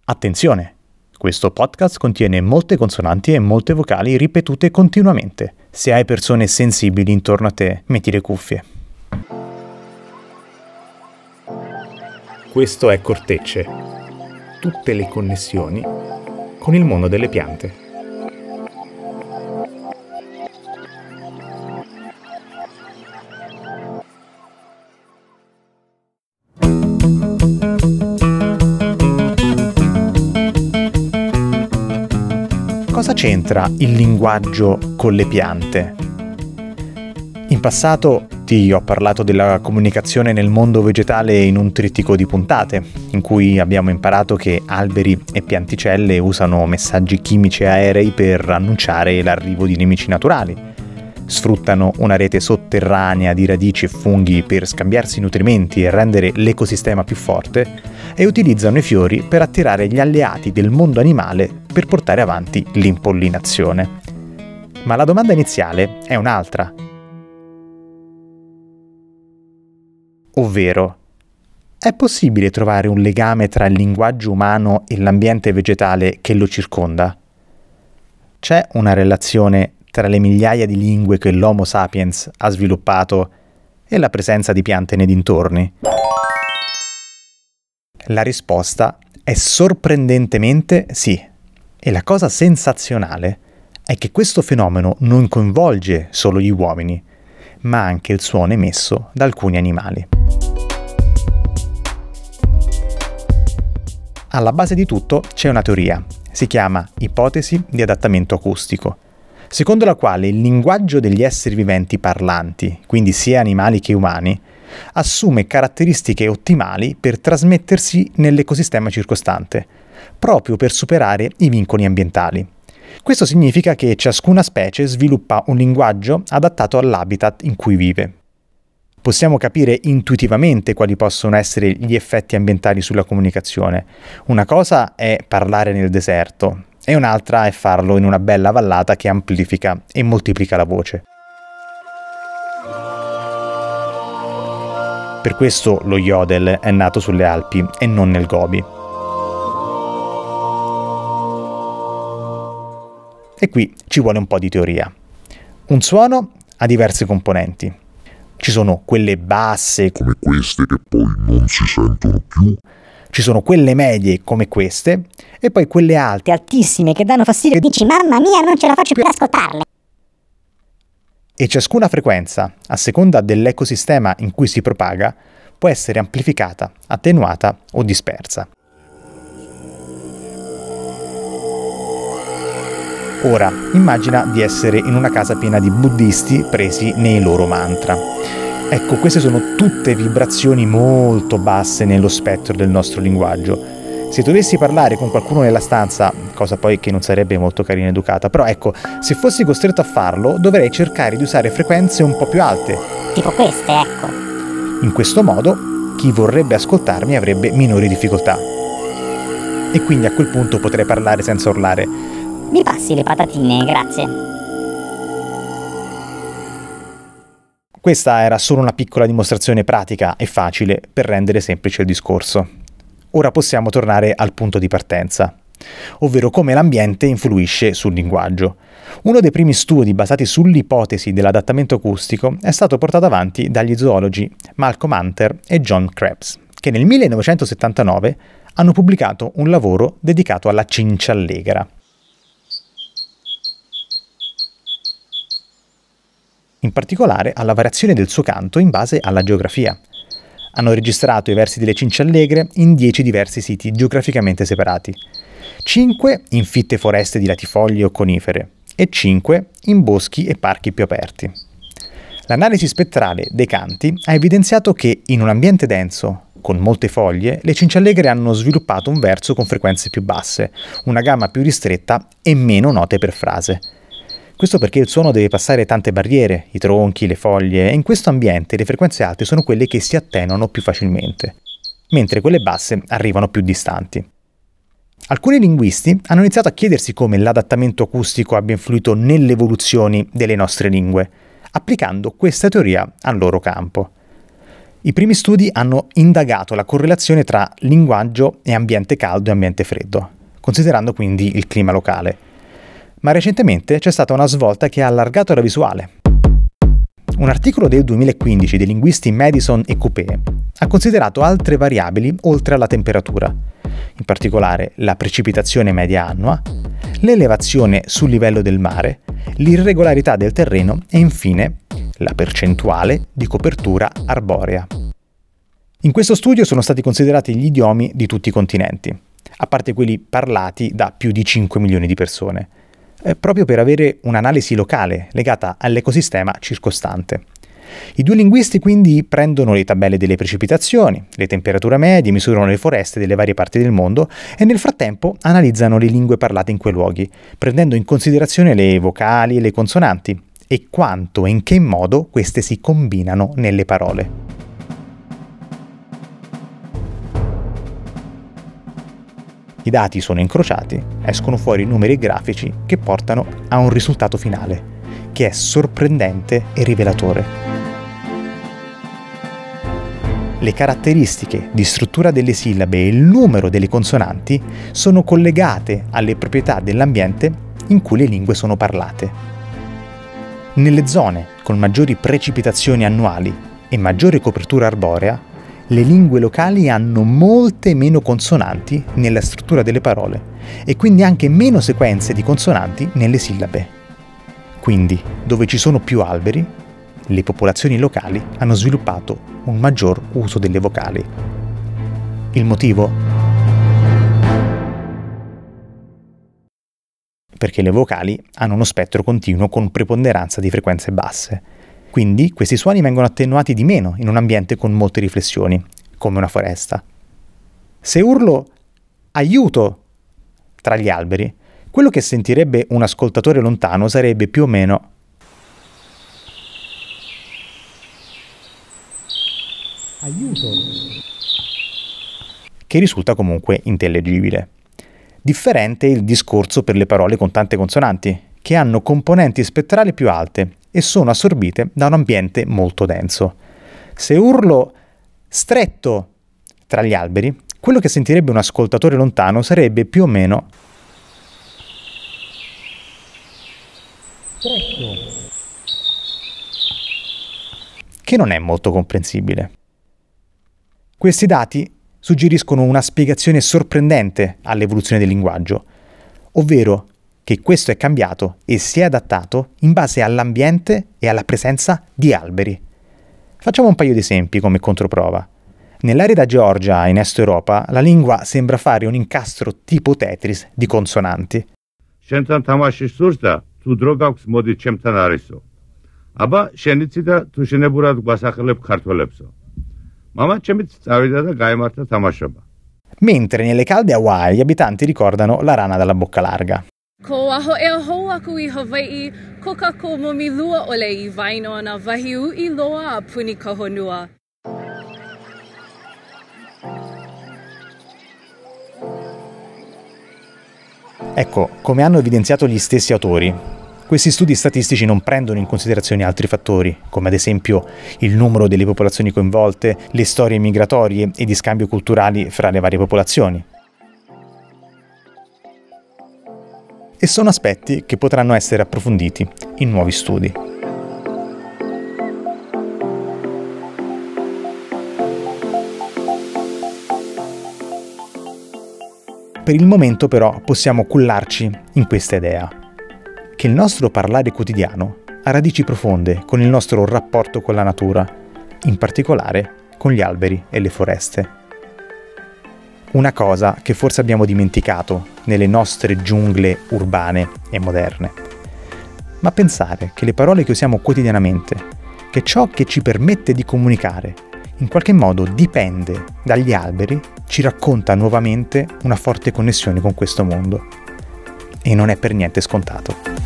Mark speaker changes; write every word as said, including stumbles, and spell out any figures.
Speaker 1: Attenzione! Questo podcast contiene molte consonanti e molte vocali ripetute continuamente. Se hai persone sensibili intorno a te, metti le cuffie. Questo è Cortecce. Tutte le connessioni con il mondo delle piante. Cosa c'entra il linguaggio con le piante? In passato ti ho parlato della comunicazione nel mondo vegetale in un trittico di puntate, in cui abbiamo imparato che alberi e pianticelle usano messaggi chimici aerei per annunciare l'arrivo di nemici naturali. Sfruttano una rete sotterranea di radici e funghi per scambiarsi nutrimenti e rendere l'ecosistema più forte, e utilizzano i fiori per attirare gli alleati del mondo animale per portare avanti l'impollinazione. Ma la domanda iniziale è un'altra. Ovvero, è possibile trovare un legame tra il linguaggio umano e l'ambiente vegetale che lo circonda? C'è una relazione tra le migliaia di lingue che l'Homo sapiens ha sviluppato e la presenza di piante nei dintorni? La risposta è sorprendentemente sì. E la cosa sensazionale è che questo fenomeno non coinvolge solo gli uomini, ma anche il suono emesso da alcuni animali. Alla base di tutto c'è una teoria, si chiama ipotesi di adattamento acustico, secondo la quale il linguaggio degli esseri viventi parlanti, quindi sia animali che umani, assume caratteristiche ottimali per trasmettersi nell'ecosistema circostante, proprio per superare i vincoli ambientali. Questo significa che ciascuna specie sviluppa un linguaggio adattato all'habitat in cui vive. Possiamo capire intuitivamente quali possono essere gli effetti ambientali sulla comunicazione. Una cosa è parlare nel deserto e un'altra è farlo in una bella vallata che amplifica e moltiplica la voce. Per questo lo yodel è nato sulle Alpi e non nel Gobi. E qui ci vuole un po' di teoria. Un suono ha diverse componenti. Ci sono quelle basse, come queste, che poi non si sentono più. Ci sono quelle medie, come queste, e poi quelle alte,
Speaker 2: altissime, che danno fastidio e dici mamma mia, non ce la faccio più ad ascoltarle.
Speaker 1: E ciascuna frequenza, a seconda dell'ecosistema in cui si propaga, può essere amplificata, attenuata o dispersa. Ora, immagina di essere in una casa piena di buddisti presi nei loro mantra. Ecco, queste sono tutte vibrazioni molto basse nello spettro del nostro linguaggio. Se dovessi parlare con qualcuno nella stanza, cosa poi che non sarebbe molto carina ed educata, però ecco, se fossi costretto a farlo, dovrei cercare di usare frequenze un po' più alte.
Speaker 2: Tipo queste, ecco.
Speaker 1: In questo modo, chi vorrebbe ascoltarmi avrebbe minori difficoltà. E quindi a quel punto potrei parlare senza urlare.
Speaker 2: Mi passi le patatine, grazie.
Speaker 1: Questa era solo una piccola dimostrazione pratica e facile per rendere semplice il discorso. Ora possiamo tornare al punto di partenza, ovvero come l'ambiente influisce sul linguaggio. Uno dei primi studi basati sull'ipotesi dell'adattamento acustico è stato portato avanti dagli zoologi Malcolm Hunter e John Krebs, che nel millenovecentosettantanove hanno pubblicato un lavoro dedicato alla cinciallegra. In particolare alla variazione del suo canto in base alla geografia. Hanno registrato i versi delle cinciallegre in dieci diversi siti geograficamente separati, cinque in fitte foreste di latifoglie o conifere e cinque in boschi e parchi più aperti. L'analisi spettrale dei canti ha evidenziato che in un ambiente denso, con molte foglie, le cinciallegre hanno sviluppato un verso con frequenze più basse, una gamma più ristretta e meno note per frase. Questo perché il suono deve passare tante barriere, i tronchi, le foglie, e in questo ambiente le frequenze alte sono quelle che si attenuano più facilmente, mentre quelle basse arrivano più distanti. Alcuni linguisti hanno iniziato a chiedersi come l'adattamento acustico abbia influito nelle evoluzioni delle nostre lingue, applicando questa teoria al loro campo. I primi studi hanno indagato la correlazione tra linguaggio e ambiente caldo e ambiente freddo, considerando quindi il clima locale. Ma recentemente c'è stata una svolta che ha allargato la visuale. Un articolo del duemilaquindici dei linguisti Madison e Coupé ha considerato altre variabili oltre alla temperatura, in particolare la precipitazione media annua, l'elevazione sul livello del mare, l'irregolarità del terreno e infine la percentuale di copertura arborea. In questo studio sono stati considerati gli idiomi di tutti i continenti, a parte quelli parlati da più di cinque milioni di persone, proprio per avere un'analisi locale legata all'ecosistema circostante. I due linguisti quindi prendono le tabelle delle precipitazioni, le temperature medie, misurano le foreste delle varie parti del mondo e nel frattempo analizzano le lingue parlate in quei luoghi, prendendo in considerazione le vocali e le consonanti e quanto e in che modo queste si combinano nelle parole. I dati sono incrociati, escono fuori numeri grafici che portano a un risultato finale, che è sorprendente e rivelatore. Le caratteristiche di struttura delle sillabe e il numero delle consonanti sono collegate alle proprietà dell'ambiente in cui le lingue sono parlate. Nelle zone con maggiori precipitazioni annuali e maggiore copertura arborea, le lingue locali hanno molte meno consonanti nella struttura delle parole e quindi anche meno sequenze di consonanti nelle sillabe. Quindi, dove ci sono più alberi, le popolazioni locali hanno sviluppato un maggior uso delle vocali. Il motivo? Perché le vocali hanno uno spettro continuo con preponderanza di frequenze basse. Quindi questi suoni vengono attenuati di meno in un ambiente con molte riflessioni, come una foresta. Se urlo aiuto tra gli alberi, quello che sentirebbe un ascoltatore lontano sarebbe più o meno aiuto, che risulta comunque intellegibile. Differente è il discorso per le parole con tante consonanti, che hanno componenti spettrali più alte e sono assorbite da un ambiente molto denso. Se urlo stretto tra gli alberi, quello che sentirebbe un ascoltatore lontano sarebbe più o meno stretto, che non è molto comprensibile. Questi dati suggeriscono una spiegazione sorprendente all'evoluzione del linguaggio, ovvero che questo è cambiato e si è adattato in base all'ambiente e alla presenza di alberi. Facciamo un paio di esempi come controprova. Nell'arida Georgia, in Est Europa, la lingua sembra fare un incastro tipo Tetris di consonanti.
Speaker 3: Შენთან თამაში სურს და თუ დრო გაქვს მოდი ჩემთან არისო. აბა შენიცი და თუ შენებურად გვასახელებ ქართველებსო. მამა ჩემით წავიდა და გაემართა თამაშობა.
Speaker 1: Mentre nelle calde Hawaii gli abitanti ricordano la rana dalla bocca larga.
Speaker 4: Ko aho e aho aku i Hawaii, ko ka ko momi lua ole i vaino na vahiu i loa puni ka honua.
Speaker 1: Ecco, come hanno evidenziato gli stessi autori, questi studi statistici non prendono in considerazione altri fattori, come ad esempio il numero delle popolazioni coinvolte, le storie migratorie e di scambio culturali fra le varie popolazioni. E sono aspetti che potranno essere approfonditi in nuovi studi. Per il momento però possiamo cullarci in questa idea, che il nostro parlare quotidiano ha radici profonde con il nostro rapporto con la natura, in particolare con gli alberi e le foreste. Una cosa che forse abbiamo dimenticato nelle nostre giungle urbane e moderne. Ma pensare che le parole che usiamo quotidianamente, che ciò che ci permette di comunicare, in qualche modo dipende dagli alberi, ci racconta nuovamente una forte connessione con questo mondo. E non è per niente scontato.